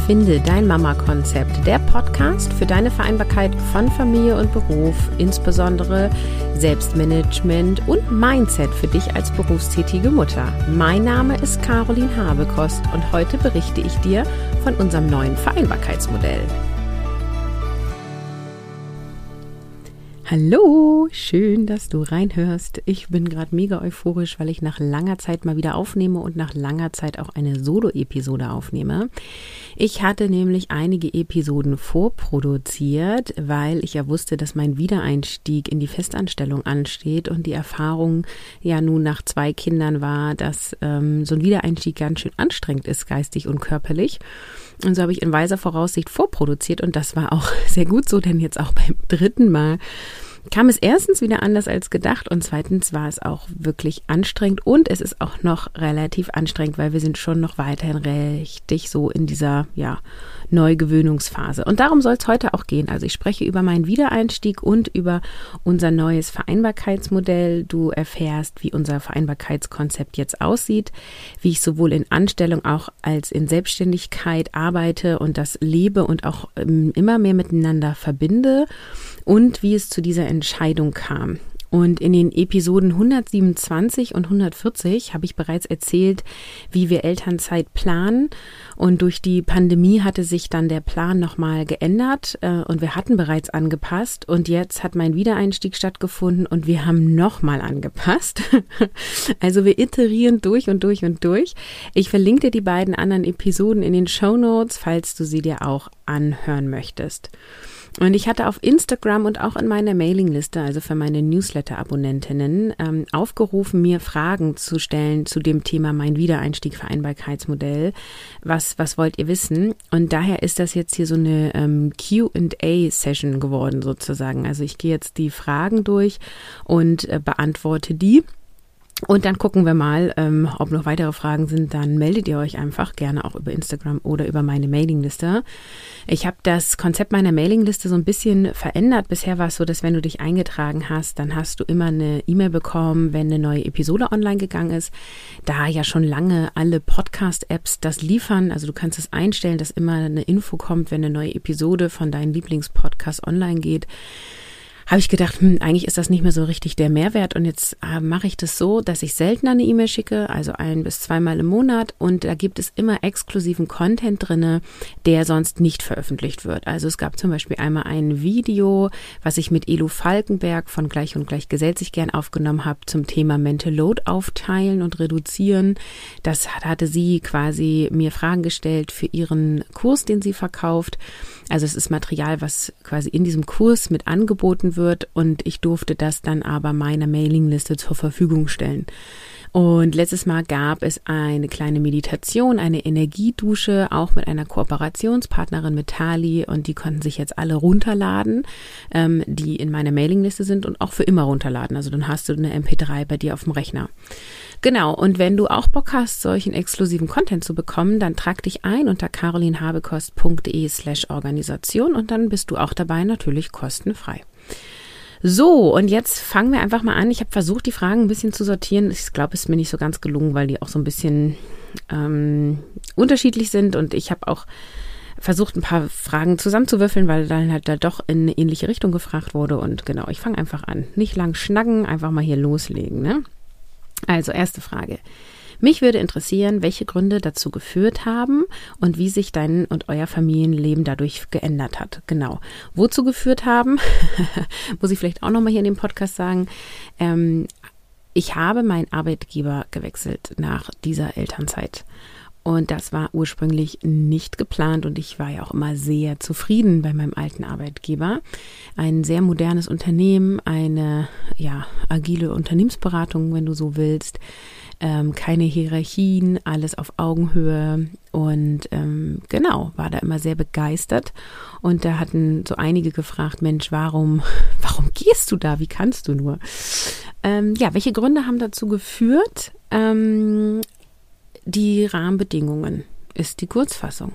Finde dein Mama-Konzept, der Podcast für deine Vereinbarkeit von Familie und Beruf, insbesondere Selbstmanagement und Mindset für dich als berufstätige Mutter. Mein Name ist Caroline Habekost und heute berichte ich dir von unserem neuen Vereinbarkeitsmodell. Hallo, schön, dass du reinhörst. Ich bin gerade mega euphorisch, weil ich nach langer Zeit mal wieder aufnehme und nach langer Zeit auch eine Solo-Episode aufnehme. Ich hatte nämlich einige Episoden vorproduziert, weil ich ja wusste, dass mein Wiedereinstieg in die Festanstellung ansteht und die Erfahrung ja nun nach 2 Kindern war, dass so ein Wiedereinstieg ganz schön anstrengend ist, geistig und körperlich. Und so habe ich in weiser Voraussicht vorproduziert und das war auch sehr gut so, denn jetzt auch beim 3. Mal kam es erstens wieder anders als gedacht und zweitens war es auch wirklich anstrengend und es ist auch noch relativ anstrengend, weil wir sind schon noch weiterhin richtig so in dieser Neugewöhnungsphase. Und darum soll es heute auch gehen. Also ich spreche über meinen Wiedereinstieg und über unser neues Vereinbarkeitsmodell. Du erfährst, wie unser Vereinbarkeitskonzept jetzt aussieht, wie ich sowohl in Anstellung auch als in Selbstständigkeit arbeite und das lebe und auch immer mehr miteinander verbinde und wie es zu dieser Entscheidung kam. Und in den Episoden 127 und 140 habe ich bereits erzählt, wie wir Elternzeit planen. Und durch die Pandemie hatte sich dann der Plan nochmal geändert und wir hatten bereits angepasst. Und jetzt hat mein Wiedereinstieg stattgefunden und wir haben nochmal angepasst. Also wir iterieren durch und durch und durch. Ich verlinke dir die beiden anderen Episoden in den Shownotes, falls du sie dir auch anhören möchtest. Und ich hatte auf Instagram und auch in meiner Mailingliste, also für meine Newsletter-Abonnentinnen, aufgerufen, mir Fragen zu stellen zu dem Thema mein Wiedereinstieg Vereinbarkeitsmodell. Was wollt ihr wissen? Und daher ist das jetzt hier so eine Q&A-Session geworden sozusagen. Also ich gehe jetzt die Fragen durch und beantworte die. Und dann gucken wir mal, ob noch weitere Fragen sind, dann meldet ihr euch einfach gerne auch über Instagram oder über meine Mailingliste. Ich habe das Konzept meiner Mailingliste so ein bisschen verändert. Bisher war es so, dass wenn du dich eingetragen hast, dann hast du immer eine E-Mail bekommen, wenn eine neue Episode online gegangen ist. Da ja schon lange alle Podcast-Apps das liefern, also du kannst es einstellen, dass immer eine Info kommt, wenn eine neue Episode von deinen Lieblingspodcasts online geht. Habe ich gedacht, eigentlich ist das nicht mehr so richtig der Mehrwert und jetzt mache ich das so, dass ich seltener eine E-Mail schicke, also 1 bis 2 Mal im Monat und da gibt es immer exklusiven Content drinne, der sonst nicht veröffentlicht wird. Also es gab zum Beispiel einmal ein Video, was ich mit Elo Falkenberg von Gleich und Gleich gesellt sich gern aufgenommen habe zum Thema Mental Load aufteilen und reduzieren. Das hatte sie quasi mir Fragen gestellt für ihren Kurs, den sie verkauft. Also es ist Material, was quasi in diesem Kurs mit angeboten wird und ich durfte das dann aber meiner Mailingliste zur Verfügung stellen. Und letztes Mal gab es eine kleine Meditation, eine Energiedusche, auch mit einer Kooperationspartnerin mit Tali und die konnten sich jetzt alle runterladen, die in meiner Mailingliste sind und auch für immer runterladen. Also dann hast du eine MP3 bei dir auf dem Rechner. Genau, und wenn du auch Bock hast, solchen exklusiven Content zu bekommen, dann trag dich ein unter carolinhabekost.de/Organisation und dann bist du auch dabei, natürlich kostenfrei. So, und jetzt fangen wir einfach mal an. Ich habe versucht, die Fragen ein bisschen zu sortieren. Ich glaube, es ist mir nicht so ganz gelungen, weil die auch so ein bisschen unterschiedlich sind und ich habe auch versucht, ein paar Fragen zusammenzuwürfeln, weil dann halt da doch in eine ähnliche Richtung gefragt wurde und genau, ich fange einfach an. Nicht lang schnacken, einfach mal hier loslegen, ne? Also, erste Frage. Mich würde interessieren, welche Gründe dazu geführt haben und wie sich dein und euer Familienleben dadurch geändert hat. Genau. Wozu geführt haben, muss ich vielleicht auch nochmal hier in dem Podcast sagen. Ich habe meinen Arbeitgeber gewechselt nach dieser Elternzeit. Und das war ursprünglich nicht geplant und ich war ja auch immer sehr zufrieden bei meinem alten Arbeitgeber. Ein sehr modernes Unternehmen, eine agile Unternehmensberatung, wenn du so willst. Keine Hierarchien, alles auf Augenhöhe und genau, war da immer sehr begeistert und da hatten so einige gefragt, Mensch, warum gehst du da, wie kannst du nur? Welche Gründe haben dazu geführt? Die Rahmenbedingungen ist die Kurzfassung.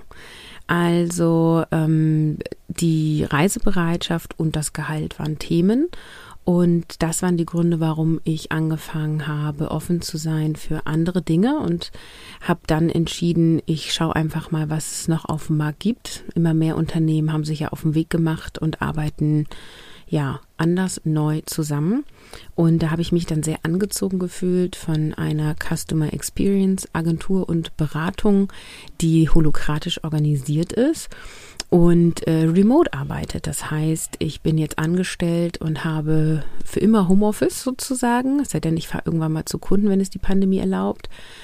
Also die Reisebereitschaft und das Gehalt waren Themen Und das waren die Gründe, warum ich angefangen habe, offen zu sein für andere Dinge und habe dann entschieden, ich schaue einfach mal, was es noch auf dem Markt gibt. Immer mehr Unternehmen haben sich ja auf den Weg gemacht und arbeiten anders neu zusammen. Und da habe ich mich dann sehr angezogen gefühlt von einer Customer Experience Agentur und Beratung, die holokratisch organisiert ist und remote arbeitet. Das heißt, ich bin jetzt angestellt und habe für immer Homeoffice sozusagen. Es sei denn, ich fahre irgendwann mal zu Kunden, wenn es die Pandemie erlaubt.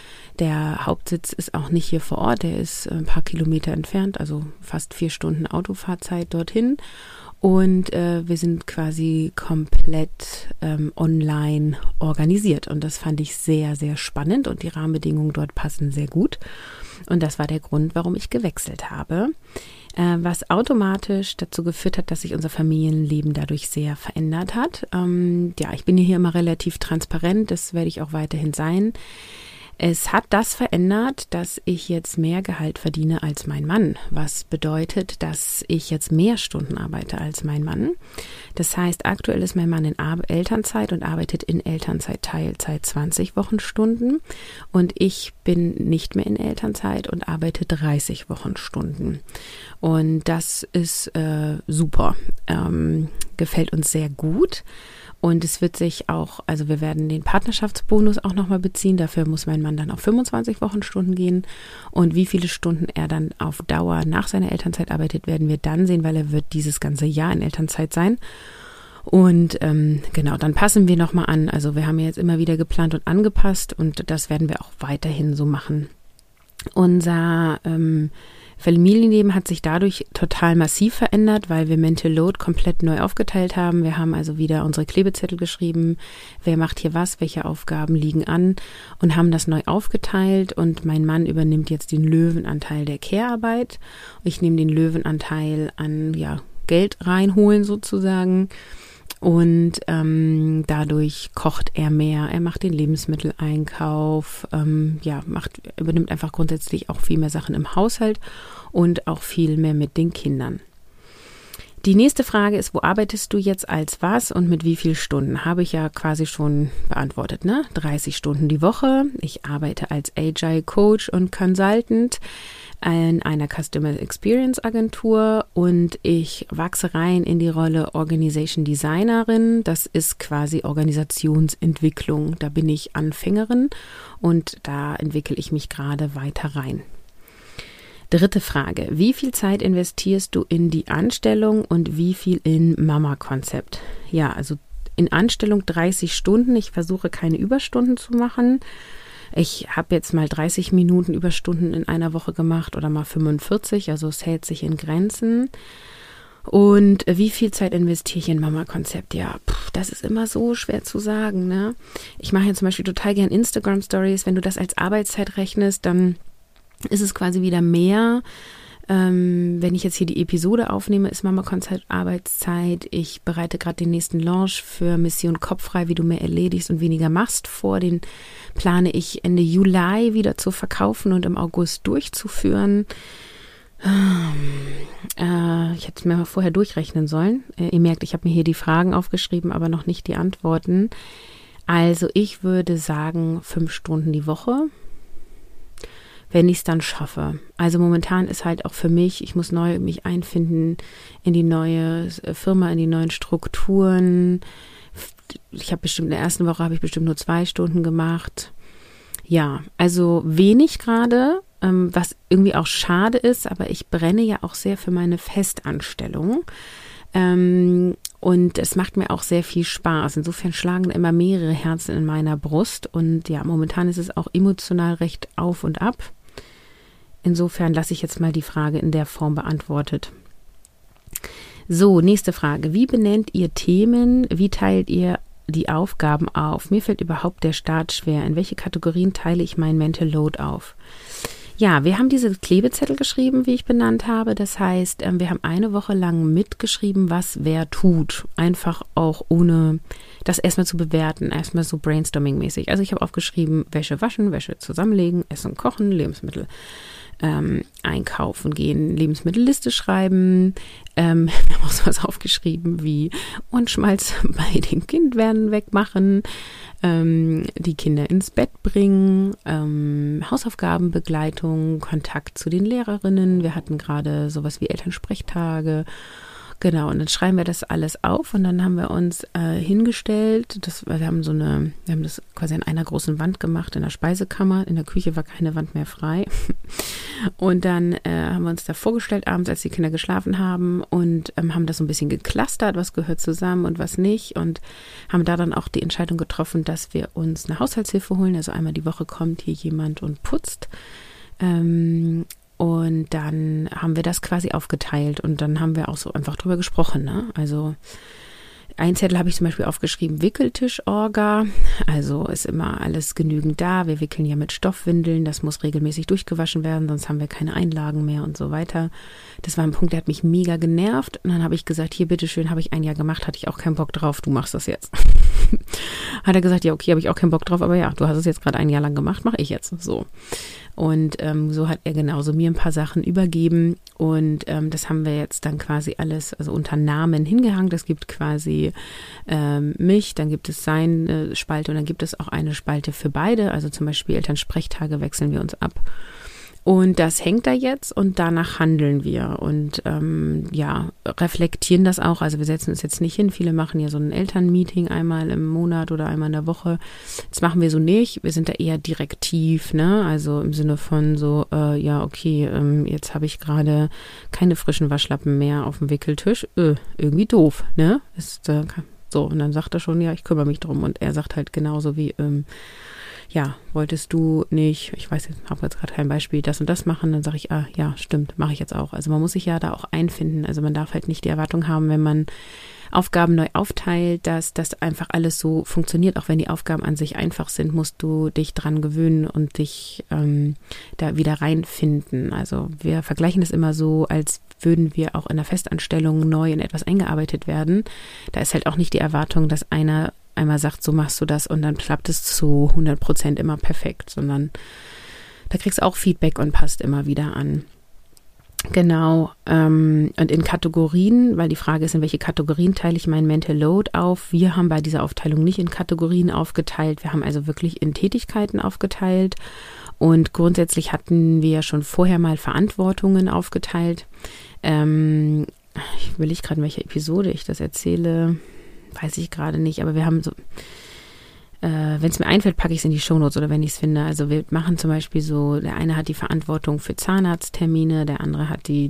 Der Hauptsitz ist auch nicht hier vor Ort, der ist ein paar Kilometer entfernt, also fast 4 Stunden Autofahrzeit dorthin. Und wir sind quasi komplett online organisiert. Und das fand ich sehr, sehr spannend und die Rahmenbedingungen dort passen sehr gut. Und das war der Grund, warum ich gewechselt habe, was automatisch dazu geführt hat, dass sich unser Familienleben dadurch sehr verändert hat. Ich bin hier immer relativ transparent, das werde ich auch weiterhin sein. Es hat das verändert, dass ich jetzt mehr Gehalt verdiene als mein Mann, was bedeutet, dass ich jetzt mehr Stunden arbeite als mein Mann. Das heißt, aktuell ist mein Mann in Elternzeit und arbeitet in Elternzeit Teilzeit 20 Wochenstunden und ich bin nicht mehr in Elternzeit und arbeite 30 Wochenstunden. Und das ist super, gefällt uns sehr gut. Und es wird sich auch, also wir werden den Partnerschaftsbonus auch nochmal beziehen. Dafür muss mein Mann dann auf 25 Wochenstunden gehen. Und wie viele Stunden er dann auf Dauer nach seiner Elternzeit arbeitet, werden wir dann sehen, weil er wird dieses ganze Jahr in Elternzeit sein. Und dann passen wir nochmal an. Also wir haben ja jetzt immer wieder geplant und angepasst und das werden wir auch weiterhin so machen. Unser Familienleben hat sich dadurch total massiv verändert, weil wir Mental Load komplett neu aufgeteilt haben. Wir haben also wieder unsere Klebezettel geschrieben, wer macht hier was, welche Aufgaben liegen an und haben das neu aufgeteilt und mein Mann übernimmt jetzt den Löwenanteil der Care-Arbeit. Ich nehme den Löwenanteil an Geld reinholen sozusagen. Und dadurch kocht er mehr, er macht den Lebensmitteleinkauf, übernimmt einfach grundsätzlich auch viel mehr Sachen im Haushalt und auch viel mehr mit den Kindern. Die nächste Frage ist, wo arbeitest du jetzt als was und mit wie vielen Stunden? Habe ich ja quasi schon beantwortet, 30 Stunden die Woche. Ich arbeite als Agile Coach und Consultant in einer Customer Experience Agentur und ich wachse rein in die Rolle Organization Designerin. Das ist quasi Organisationsentwicklung. Da bin ich Anfängerin und da entwickle ich mich gerade weiter rein. Dritte Frage. Wie viel Zeit investierst du in die Anstellung und wie viel in Mama-Konzept? Ja, also in Anstellung 30 Stunden. Ich versuche keine Überstunden zu machen. Ich habe jetzt mal 30 Minuten Überstunden in einer Woche gemacht oder mal 45, also es hält sich in Grenzen. Und wie viel Zeit investiere ich in Mama-Konzept? Ja, das ist immer so schwer zu sagen, ne? Ich mache ja zum Beispiel total gern Instagram-Stories. Wenn du das als Arbeitszeit rechnest, dann ist es quasi wieder mehr. Wenn ich jetzt hier die Episode aufnehme, ist Mama-Konzept Arbeitszeit. Ich bereite gerade den nächsten Launch für Mission Kopffrei, wie du mehr erledigst und weniger machst vor. Den plane ich Ende Juli wieder zu verkaufen und im August durchzuführen. Ich hätte es mir mal vorher durchrechnen sollen. Ihr merkt, ich habe mir hier die Fragen aufgeschrieben, aber noch nicht die Antworten. Also ich würde sagen 5 Stunden die Woche, wenn ich es dann schaffe. Also momentan ist halt auch für mich, ich muss neu mich einfinden in die neue Firma, in die neuen Strukturen. Ich habe bestimmt in der ersten Woche nur 2 Stunden gemacht. Ja, also wenig gerade, was irgendwie auch schade ist, aber ich brenne ja auch sehr für meine Festanstellung. Und es macht mir auch sehr viel Spaß. Insofern schlagen immer mehrere Herzen in meiner Brust. Und ja, momentan ist es auch emotional recht auf und ab. Insofern lasse ich jetzt mal die Frage in der Form beantwortet. So, nächste Frage. Wie benennt ihr Themen? Wie teilt ihr die Aufgaben auf? Mir fällt überhaupt der Start schwer. In welche Kategorien teile ich mein Mental Load auf? Ja, wir haben diese Klebezettel geschrieben, wie ich benannt habe. Das heißt, wir haben eine Woche lang mitgeschrieben, was wer tut. Einfach auch ohne das erstmal zu bewerten, erstmal so brainstorming-mäßig. Also ich habe aufgeschrieben, Wäsche waschen, Wäsche zusammenlegen, Essen kochen, Lebensmittel einkaufen gehen, Lebensmittelliste schreiben. Wir haben auch sowas aufgeschrieben wie Ohrenschmalz bei den Kindern wegmachen, die Kinder ins Bett bringen, Hausaufgabenbegleitung, Kontakt zu den Lehrerinnen. Wir hatten gerade sowas wie Elternsprechtage. Genau, und dann schreiben wir das alles auf und dann haben wir uns hingestellt, wir haben das quasi an einer großen Wand gemacht in der Speisekammer, in der Küche war keine Wand mehr frei und dann haben wir uns da vorgestellt abends, als die Kinder geschlafen haben und haben das so ein bisschen geclustert, was gehört zusammen und was nicht und haben da dann auch die Entscheidung getroffen, dass wir uns eine Haushaltshilfe holen, also einmal die Woche kommt hier jemand und putzt, und dann haben wir das quasi aufgeteilt und dann haben wir auch so einfach drüber gesprochen, ne? Also ein Zettel habe ich zum Beispiel aufgeschrieben, Wickeltisch-Orga, also ist immer alles genügend da, wir wickeln ja mit Stoffwindeln, das muss regelmäßig durchgewaschen werden, sonst haben wir keine Einlagen mehr und so weiter. Das war ein Punkt, der hat mich mega genervt und dann habe ich gesagt, hier bitteschön, habe ich ein Jahr gemacht, hatte ich auch keinen Bock drauf, du machst das jetzt. Hat er gesagt, ja okay, habe ich auch keinen Bock drauf, aber ja, du hast es jetzt gerade ein Jahr lang gemacht, mache ich jetzt so. Und so hat er genauso mir ein paar Sachen übergeben und das haben wir jetzt dann quasi alles, also unter Namen hingehangen. Das gibt quasi mich, dann gibt es seine Spalte und dann gibt es auch eine Spalte für beide. Also zum Beispiel Elternsprechtage wechseln wir uns ab. Und das hängt da jetzt und danach handeln wir und reflektieren das auch. Also wir setzen uns jetzt nicht hin. Viele machen ja so ein Elternmeeting einmal im Monat oder einmal in der Woche. Das machen wir so nicht. Wir sind da eher direktiv, ne? Also im Sinne von so, jetzt habe ich gerade keine frischen Waschlappen mehr auf dem Wickeltisch. Irgendwie doof, ne? So, und dann sagt er schon, ja, ich kümmere mich drum. Und er sagt halt genauso wie, wolltest du nicht, ich weiß jetzt, habe jetzt gerade kein Beispiel, das und das machen, dann sage ich, ja, stimmt, mache ich jetzt auch. Also man muss sich ja da auch einfinden. Also man darf halt nicht die Erwartung haben, wenn man Aufgaben neu aufteilt, dass das einfach alles so funktioniert. Auch wenn die Aufgaben an sich einfach sind, musst du dich dran gewöhnen und dich da wieder reinfinden. Also wir vergleichen das immer so, als würden wir auch in der Festanstellung neu in etwas eingearbeitet werden. Da ist halt auch nicht die Erwartung, dass einer einmal sagt, so machst du das und dann klappt es zu 100% immer perfekt, sondern da kriegst du auch Feedback und passt immer wieder an. Genau, und in Kategorien, weil die Frage ist, in welche Kategorien teile ich meinen Mental Load auf? Wir haben bei dieser Aufteilung nicht in Kategorien aufgeteilt, wir haben also wirklich in Tätigkeiten aufgeteilt und grundsätzlich hatten wir ja schon vorher mal Verantwortungen aufgeteilt. Ich überlege gerade, in welcher Episode ich das erzähle, weiß ich gerade nicht, aber wir haben so, wenn es mir einfällt, packe ich es in die Shownotes oder wenn ich es finde. Also wir machen zum Beispiel so, der eine hat die Verantwortung für Zahnarzttermine, der andere hat die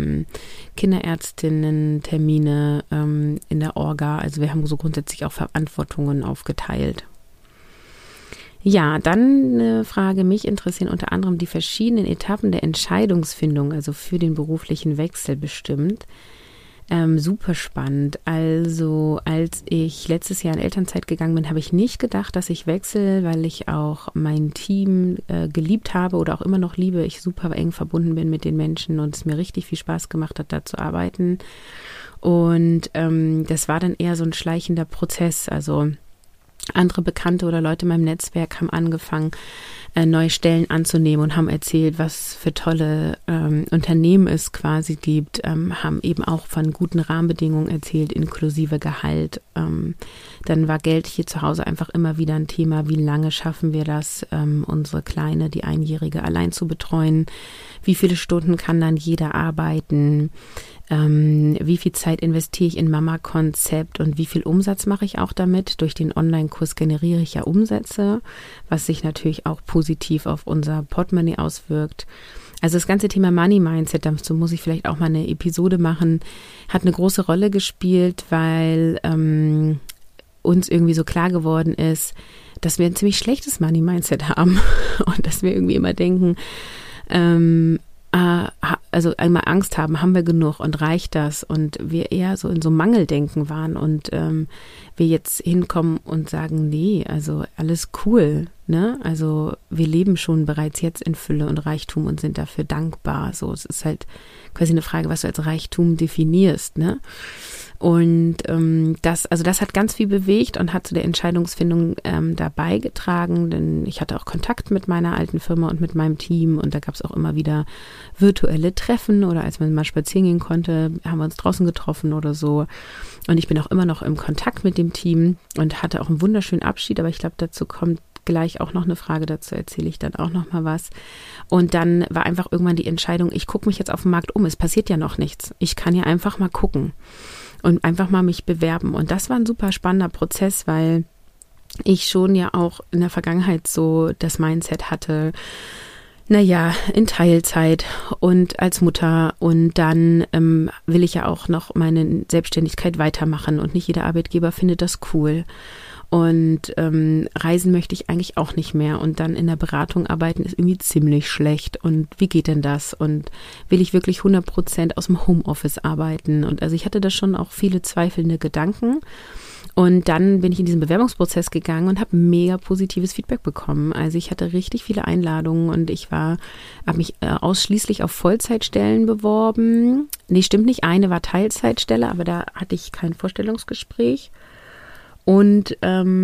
Kinderärztinnen-Termine in der Orga. Also wir haben so grundsätzlich auch Verantwortungen aufgeteilt. Ja, dann eine Frage, mich interessieren unter anderem die verschiedenen Etappen der Entscheidungsfindung, also für den beruflichen Wechsel bestimmt. Super spannend. Also als ich letztes Jahr in Elternzeit gegangen bin, habe ich nicht gedacht, dass ich wechsle, weil ich auch mein Team geliebt habe oder auch immer noch liebe. Ich super eng verbunden bin mit den Menschen und es mir richtig viel Spaß gemacht hat, da zu arbeiten. Und das war dann eher so ein schleichender Prozess. Also andere Bekannte oder Leute in meinem Netzwerk haben angefangen, neue Stellen anzunehmen und haben erzählt, was für tolle Unternehmen es quasi gibt, haben eben auch von guten Rahmenbedingungen erzählt, inklusive Gehalt. Dann war Geld hier zu Hause einfach immer wieder ein Thema, wie lange schaffen wir das, unsere Kleine, die Einjährige, allein zu betreuen, wie viele Stunden kann dann jeder arbeiten, wie viel Zeit investiere ich in Mama-Konzept und wie viel Umsatz mache ich auch damit. Durch den Online-Kurs generiere ich ja Umsätze, was sich natürlich auch positiv auf unser Portemonnaie auswirkt. Also das ganze Thema Money-Mindset, dazu muss ich vielleicht auch mal eine Episode machen, hat eine große Rolle gespielt, weil uns irgendwie so klar geworden ist, dass wir ein ziemlich schlechtes Money-Mindset haben und dass wir irgendwie immer denken, also einmal Angst haben, haben wir genug und reicht das? Und wir eher so in so Mangeldenken waren und wir jetzt hinkommen und sagen, nee, also alles cool, ne? Also wir leben schon bereits jetzt in Fülle und Reichtum und sind dafür dankbar. So, es ist halt quasi eine Frage, was du als Reichtum definierst, ne? Und das hat ganz viel bewegt und hat zu der Entscheidungsfindung da beigetragen, denn ich hatte auch Kontakt mit meiner alten Firma und mit meinem Team und da gab es auch immer wieder virtuelle Treffen oder als man mal spazieren gehen konnte, haben wir uns draußen getroffen oder so. Und ich bin auch immer noch im Kontakt mit dem Team und hatte auch einen wunderschönen Abschied, aber ich glaube, dazu kommt gleich auch noch eine Frage, dazu erzähle ich dann auch noch mal was. Und dann war einfach irgendwann die Entscheidung, ich gucke mich jetzt auf dem Markt um, es passiert ja noch nichts. Ich kann ja einfach mal gucken und einfach mal mich bewerben. Und das war ein super spannender Prozess, weil ich schon ja auch in der Vergangenheit so das Mindset hatte, naja, in Teilzeit und als Mutter und dann will ich ja auch noch meine Selbstständigkeit weitermachen und nicht jeder Arbeitgeber findet das cool. Und reisen möchte ich eigentlich auch nicht mehr und dann in der Beratung arbeiten ist irgendwie ziemlich schlecht und wie geht denn das und will ich wirklich 100% aus dem Homeoffice arbeiten und also ich hatte da schon auch viele zweifelnde Gedanken und dann bin ich in diesen Bewerbungsprozess gegangen und habe mega positives Feedback bekommen, also ich hatte richtig viele Einladungen und habe mich ausschließlich auf Vollzeitstellen beworben, nee stimmt nicht, eine war Teilzeitstelle, aber da hatte ich kein Vorstellungsgespräch. Und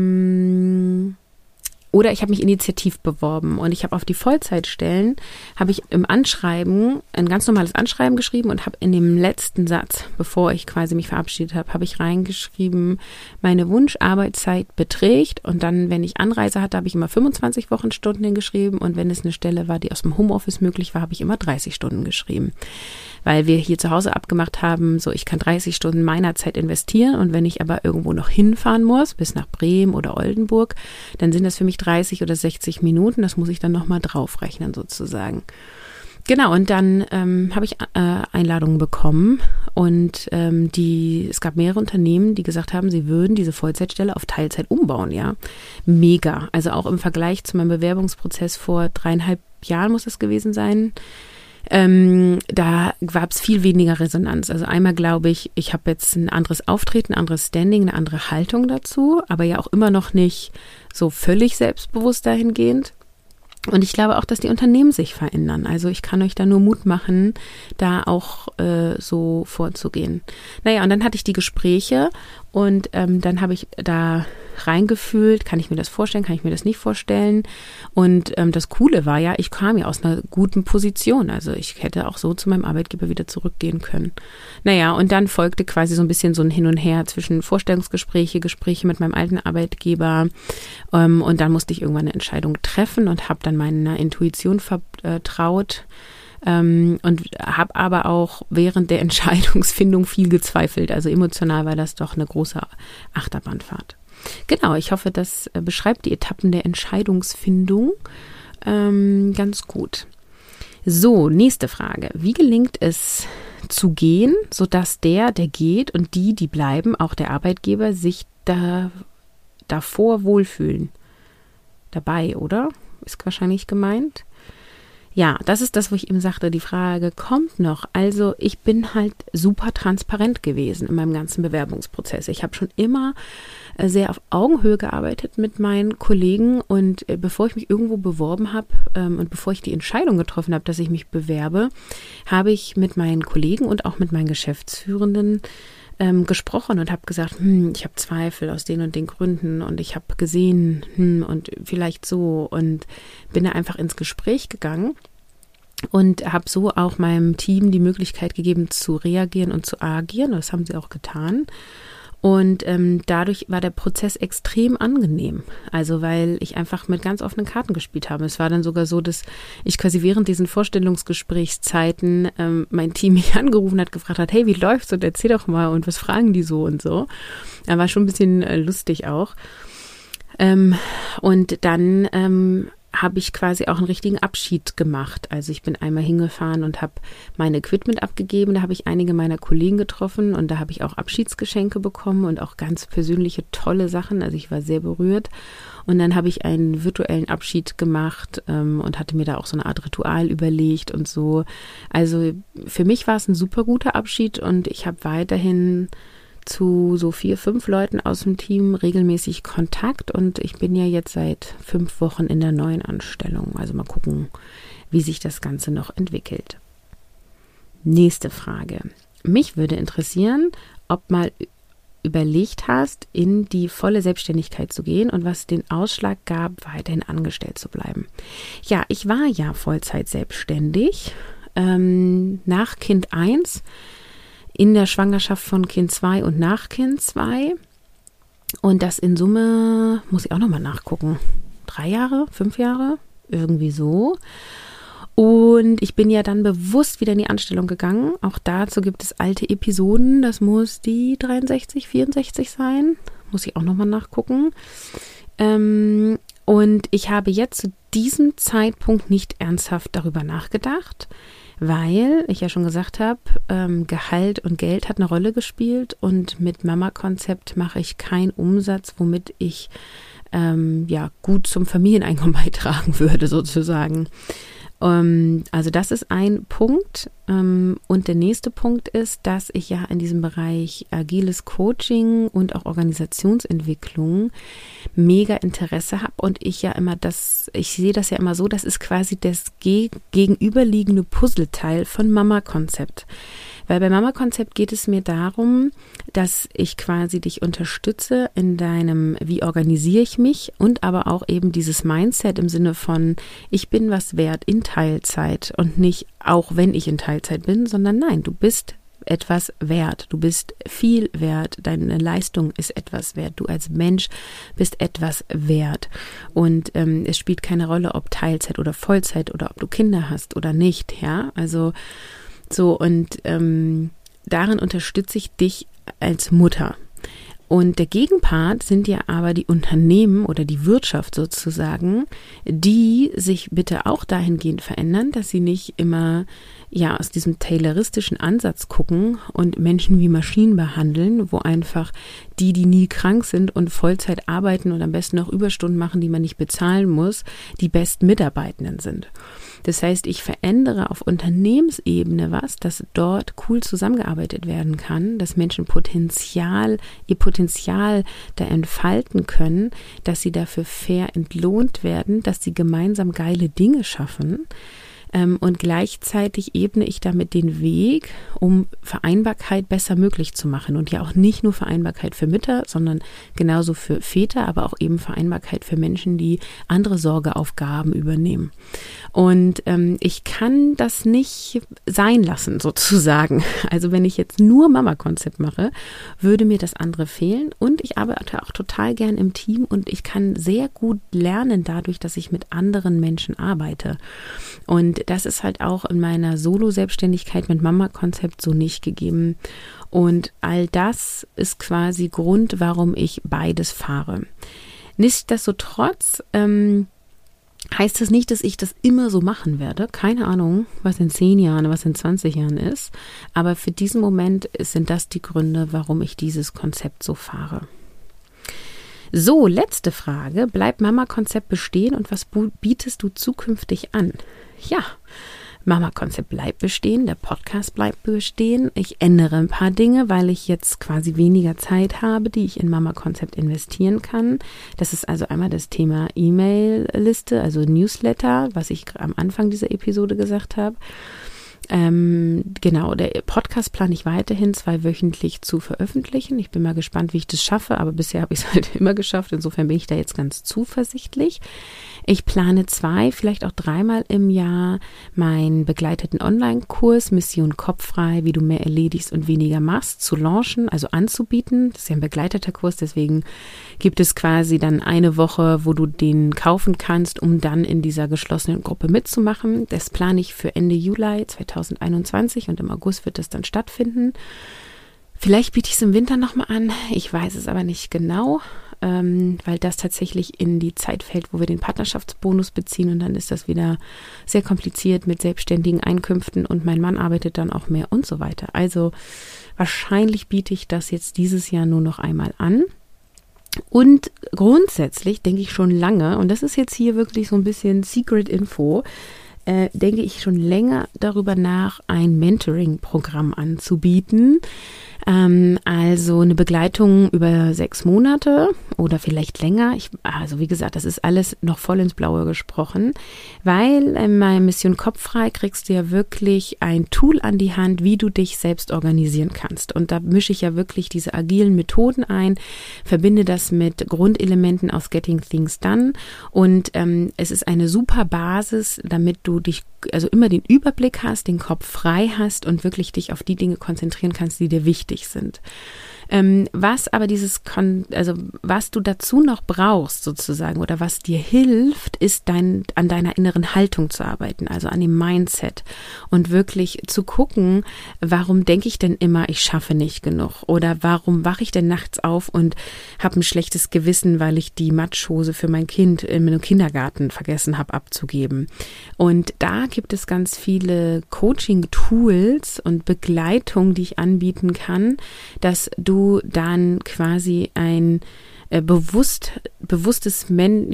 oder ich habe mich initiativ beworben und ich habe auf die Vollzeitstellen, habe ich im Anschreiben, ein ganz normales Anschreiben geschrieben und habe in dem letzten Satz, bevor ich quasi mich verabschiedet habe, habe ich reingeschrieben, meine Wunscharbeitszeit beträgt und dann, wenn ich Anreise hatte, habe ich immer 25 Wochenstunden hingeschrieben und wenn es eine Stelle war, die aus dem Homeoffice möglich war, habe ich immer 30 Stunden geschrieben. Weil wir hier zu Hause abgemacht haben, so ich kann 30 Stunden meiner Zeit investieren und wenn ich aber irgendwo noch hinfahren muss, bis nach Bremen oder Oldenburg, dann sind das für mich 30 oder 60 Minuten, das muss ich dann nochmal draufrechnen sozusagen. Genau, und dann habe ich Einladungen bekommen und es gab mehrere Unternehmen, die gesagt haben, sie würden diese Vollzeitstelle auf Teilzeit umbauen, ja. Mega, also auch im Vergleich zu meinem Bewerbungsprozess vor 3,5 Jahren muss es gewesen sein. Da gab es viel weniger Resonanz. Also einmal glaube ich, ich habe jetzt ein anderes Auftreten, ein anderes Standing, eine andere Haltung dazu, aber ja auch immer noch nicht so völlig selbstbewusst dahingehend. Und ich glaube auch, dass die Unternehmen sich verändern. Also ich kann euch da nur Mut machen, da auch so vorzugehen. Naja, und dann hatte ich die Gespräche und dann habe ich da reingefühlt, kann ich mir das vorstellen, kann ich mir das nicht vorstellen. Und das Coole war ja, ich kam ja aus einer guten Position. Also ich hätte auch so zu meinem Arbeitgeber wieder zurückgehen können. Naja, und dann folgte quasi so ein bisschen so ein Hin und Her zwischen Gespräche mit meinem alten Arbeitgeber. Und dann musste ich irgendwann eine Entscheidung treffen und habe dann meiner Intuition vertraut. Und habe aber auch während der Entscheidungsfindung viel gezweifelt. Also emotional war das doch eine große Achterbahnfahrt. Genau, ich hoffe, das beschreibt die Etappen der Entscheidungsfindung ganz gut. So, nächste Frage. Wie gelingt es zu gehen, sodass der geht und die bleiben, auch der Arbeitgeber, sich davor wohlfühlen? Dabei, oder? Ist wahrscheinlich gemeint. Ja, das ist das, wo ich eben sagte, die Frage kommt noch. Also ich bin halt super transparent gewesen in meinem ganzen Bewerbungsprozess. Ich habe schon immer sehr auf Augenhöhe gearbeitet mit meinen Kollegen und bevor ich mich irgendwo beworben habe und bevor ich die Entscheidung getroffen habe, dass ich mich bewerbe, habe ich mit meinen Kollegen und auch mit meinen Geschäftsführenden gesprochen und habe gesagt, ich habe Zweifel aus den und den Gründen und ich habe gesehen und vielleicht so und bin da einfach ins Gespräch gegangen und habe so auch meinem Team die Möglichkeit gegeben zu reagieren und zu agieren. Das haben sie auch getan. Und dadurch war der Prozess extrem angenehm. Also weil ich einfach mit ganz offenen Karten gespielt habe. Es war dann sogar so, dass ich quasi während diesen Vorstellungsgesprächszeiten mein Team mich angerufen hat, gefragt hat, hey, wie läuft's? Und erzähl doch mal und was fragen die so und so. Da war schon ein bisschen lustig auch. Und dann habe ich quasi auch einen richtigen Abschied gemacht. Also ich bin einmal hingefahren und habe mein Equipment abgegeben. Da habe ich einige meiner Kollegen getroffen und da habe ich auch Abschiedsgeschenke bekommen und auch ganz persönliche, tolle Sachen. Also ich war sehr berührt. Und dann habe ich einen virtuellen Abschied gemacht und hatte mir da auch so eine Art Ritual überlegt und so. Also für mich war es ein super guter Abschied und ich habe weiterhin zu so 4, 5 Leuten aus dem Team regelmäßig Kontakt und ich bin ja jetzt seit 5 Wochen in der neuen Anstellung. Also mal gucken, wie sich das Ganze noch entwickelt. Nächste Frage. Mich würde interessieren, ob mal überlegt hast, in die volle Selbstständigkeit zu gehen und was den Ausschlag gab, weiterhin angestellt zu bleiben. Ja, ich war ja Vollzeit selbstständig nach Kind 1, in der Schwangerschaft von Kind 2 und nach Kind 2 und das in Summe, muss ich auch nochmal nachgucken, 3 Jahre, 5 Jahre, irgendwie so. Und ich bin ja dann bewusst wieder in die Anstellung gegangen. Auch dazu gibt es alte Episoden. Das muss die 63, 64 sein. Muss ich auch nochmal nachgucken. Und ich habe jetzt zu diesem Zeitpunkt nicht ernsthaft darüber nachgedacht, weil ich ja schon gesagt habe, Gehalt und Geld hat eine Rolle gespielt. Und mit Mama-Konzept mache ich keinen Umsatz, womit ich gut zum Familieneinkommen beitragen würde, sozusagen. Also das ist ein Punkt und der nächste Punkt ist, dass ich ja in diesem Bereich agiles Coaching und auch Organisationsentwicklung mega Interesse habe und ich sehe das ja immer so, das ist quasi das gegenüberliegende Puzzleteil von Mama-Konzept. Weil bei Mama-Konzept geht es mir darum, dass ich quasi dich unterstütze in deinem, wie organisiere ich mich und aber auch eben dieses Mindset im Sinne von, ich bin was wert in Teilzeit und nicht auch wenn ich in Teilzeit bin, sondern nein, du bist etwas wert, du bist viel wert, deine Leistung ist etwas wert, du als Mensch bist etwas wert und es spielt keine Rolle, ob Teilzeit oder Vollzeit oder ob du Kinder hast oder nicht, ja, also so und darin unterstütze ich dich als Mutter. Und der Gegenpart sind ja aber die Unternehmen oder die Wirtschaft sozusagen, die sich bitte auch dahingehend verändern, dass sie nicht immer aus diesem tayloristischen Ansatz gucken und Menschen wie Maschinen behandeln, wo einfach die nie krank sind und Vollzeit arbeiten und am besten noch Überstunden machen, die man nicht bezahlen muss, die besten Mitarbeitenden sind. Das heißt, ich verändere auf Unternehmensebene dass dort cool zusammengearbeitet werden kann, dass Menschen ihr Potenzial da entfalten können, dass sie dafür fair entlohnt werden, dass sie gemeinsam geile Dinge schaffen. Und gleichzeitig ebne ich damit den Weg, um Vereinbarkeit besser möglich zu machen. Und ja auch nicht nur Vereinbarkeit für Mütter, sondern genauso für Väter, aber auch eben Vereinbarkeit für Menschen, die andere Sorgeaufgaben übernehmen. Und ich kann das nicht sein lassen, sozusagen. Also wenn ich jetzt nur Mama-Konzept mache, würde mir das andere fehlen. Und ich arbeite auch total gern im Team und ich kann sehr gut lernen dadurch, dass ich mit anderen Menschen arbeite. Und das ist halt auch in meiner Solo-Selbstständigkeit mit Mama-Konzept so nicht gegeben. Und all das ist quasi Grund, warum ich beides fahre. Nichtsdestotrotz heißt das nicht, dass ich das immer so machen werde. Keine Ahnung, was in 10 Jahren, was in 20 Jahren ist. Aber für diesen Moment sind das die Gründe, warum ich dieses Konzept so fahre. So, letzte Frage. Bleibt Mama-Konzept bestehen und was bietest du zukünftig an? Ja, Mama-Konzept bleibt bestehen, der Podcast bleibt bestehen. Ich ändere ein paar Dinge, weil ich jetzt quasi weniger Zeit habe, die ich in Mama-Konzept investieren kann. Das ist also einmal das Thema E-Mail-Liste, also Newsletter, was ich am Anfang dieser Episode gesagt habe. Genau, der Podcast plane ich weiterhin 2-wöchentlich zu veröffentlichen. Ich bin mal gespannt, wie ich das schaffe, aber bisher habe ich es halt immer geschafft. Insofern bin ich da jetzt ganz zuversichtlich. Ich plane 2, vielleicht auch 3-mal im Jahr meinen begleiteten Online-Kurs Mission Kopffrei, wie du mehr erledigst und weniger machst, zu launchen, also anzubieten. Das ist ja ein begleiteter Kurs, deswegen gibt es quasi dann eine Woche, wo du den kaufen kannst, um dann in dieser geschlossenen Gruppe mitzumachen. Das plane ich für Ende Juli 2021 und im August wird das dann stattfinden. Vielleicht biete ich es im Winter nochmal an, ich weiß es aber nicht genau, weil das tatsächlich in die Zeit fällt, wo wir den Partnerschaftsbonus beziehen und dann ist das wieder sehr kompliziert mit selbstständigen Einkünften und mein Mann arbeitet dann auch mehr und so weiter. Also wahrscheinlich biete ich das jetzt dieses Jahr nur noch einmal an. Und grundsätzlich denke ich schon lange, und das ist jetzt hier wirklich so ein bisschen Secret Info, denke ich schon länger darüber nach, ein Mentoring-Programm anzubieten. Also eine Begleitung über 6 Monate oder vielleicht länger. Also wie gesagt, das ist alles noch voll ins Blaue gesprochen, weil in meiner Mission Kopffrei kriegst du ja wirklich ein Tool an die Hand, wie du dich selbst organisieren kannst. Und da mische ich ja wirklich diese agilen Methoden ein, verbinde das mit Grundelementen aus Getting Things Done und es ist eine super Basis, damit du dich also immer den Überblick hast, den Kopf frei hast und wirklich dich auf die Dinge konzentrieren kannst, die dir wichtig sind. Was aber was du dazu noch brauchst sozusagen oder was dir hilft, ist an deiner inneren Haltung zu arbeiten, also an dem Mindset und wirklich zu gucken, warum denke ich denn immer, ich schaffe nicht genug oder warum wache ich denn nachts auf und habe ein schlechtes Gewissen, weil ich die Matschhose für mein Kind im Kindergarten vergessen habe abzugeben. Und da gibt es ganz viele Coaching-Tools und Begleitung, die ich anbieten kann, dass du dann quasi ein bewusstes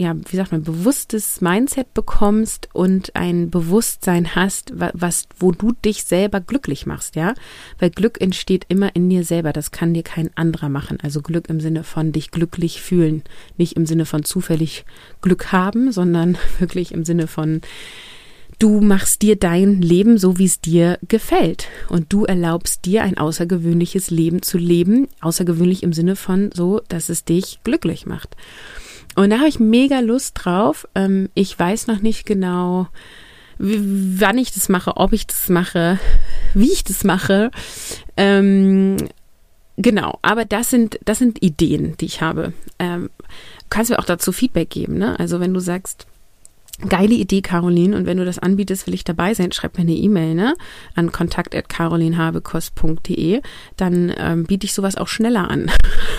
Mindset bekommst und ein Bewusstsein hast, wo du dich selber glücklich machst, ja? Weil Glück entsteht immer in dir selber, das kann dir kein anderer machen. Also Glück im Sinne von dich glücklich fühlen, nicht im Sinne von zufällig Glück haben, sondern wirklich im Sinne von du machst dir dein Leben so, wie es dir gefällt und du erlaubst dir ein außergewöhnliches Leben zu leben, außergewöhnlich im Sinne von so, dass es dich glücklich macht. Und da habe ich mega Lust drauf. Ich weiß noch nicht genau, wann ich das mache, ob ich das mache, wie ich das mache. Genau, aber das sind Ideen, die ich habe. Kannst mir auch dazu Feedback geben, ne? Also wenn du sagst, geile Idee, Caroline. Und wenn du das anbietest, will ich dabei sein. Schreib mir eine E-Mail, ne, an kontakt@carolinhabekost.de. Dann biete ich sowas auch schneller an.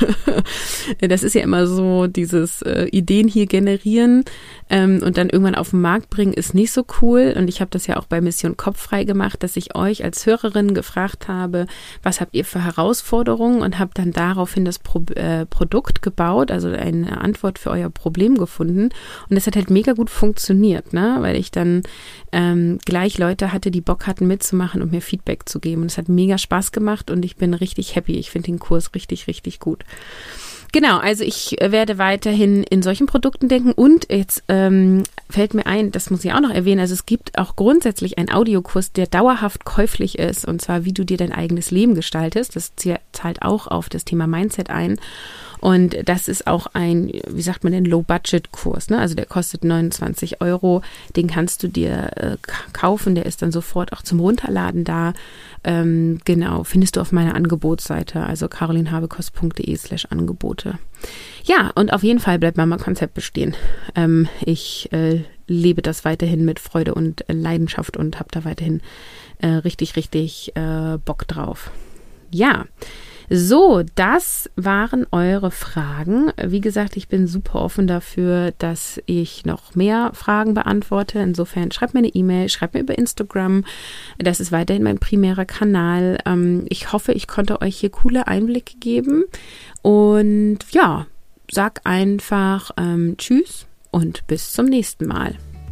Das ist ja immer so, dieses Ideen hier generieren und dann irgendwann auf den Markt bringen, ist nicht so cool. Und ich habe das ja auch bei Mission Kopffrei gemacht, dass ich euch als Hörerin gefragt habe, was habt ihr für Herausforderungen und habe dann daraufhin das Produkt gebaut, also eine Antwort für euer Problem gefunden. Und das hat halt mega gut funktioniert, ne? Weil ich dann gleich Leute hatte, die Bock hatten mitzumachen und mir Feedback zu geben. Und es hat mega Spaß gemacht und ich bin richtig happy. Ich finde den Kurs richtig, richtig gut. Genau, also ich werde weiterhin in solchen Produkten denken und jetzt fällt mir ein, das muss ich auch noch erwähnen, also es gibt auch grundsätzlich einen Audiokurs, der dauerhaft käuflich ist und zwar, wie du dir dein eigenes Leben gestaltest. Das zahlt auch auf das Thema Mindset ein. Und das ist auch ein, wie sagt man denn, Low-Budget-Kurs, ne? Also der kostet 29 €. Den kannst du dir kaufen, der ist dann sofort auch zum Runterladen da. Genau, findest du auf meiner Angebotsseite, also carolinhabekost.de/Angebote. Ja, und auf jeden Fall bleibt Mama-Konzept bestehen. Ich lebe das weiterhin mit Freude und Leidenschaft und habe da weiterhin richtig, richtig Bock drauf. Ja, so, das waren eure Fragen. Wie gesagt, ich bin super offen dafür, dass ich noch mehr Fragen beantworte. Insofern schreibt mir eine E-Mail, schreibt mir über Instagram. Das ist weiterhin mein primärer Kanal. Ich hoffe, ich konnte euch hier coole Einblicke geben. Und ja, sag einfach Tschüss und bis zum nächsten Mal.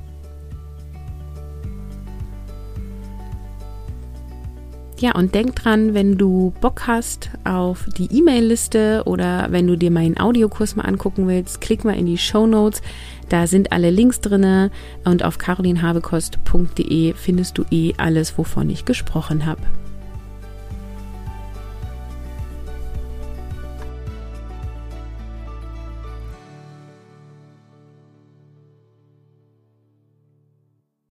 Ja, und denk dran, wenn du Bock hast auf die E-Mail-Liste oder wenn du dir meinen Audiokurs mal angucken willst, klick mal in die Shownotes. Da sind alle Links drinne und auf carolinhabekost.de findest du alles, wovon ich gesprochen habe.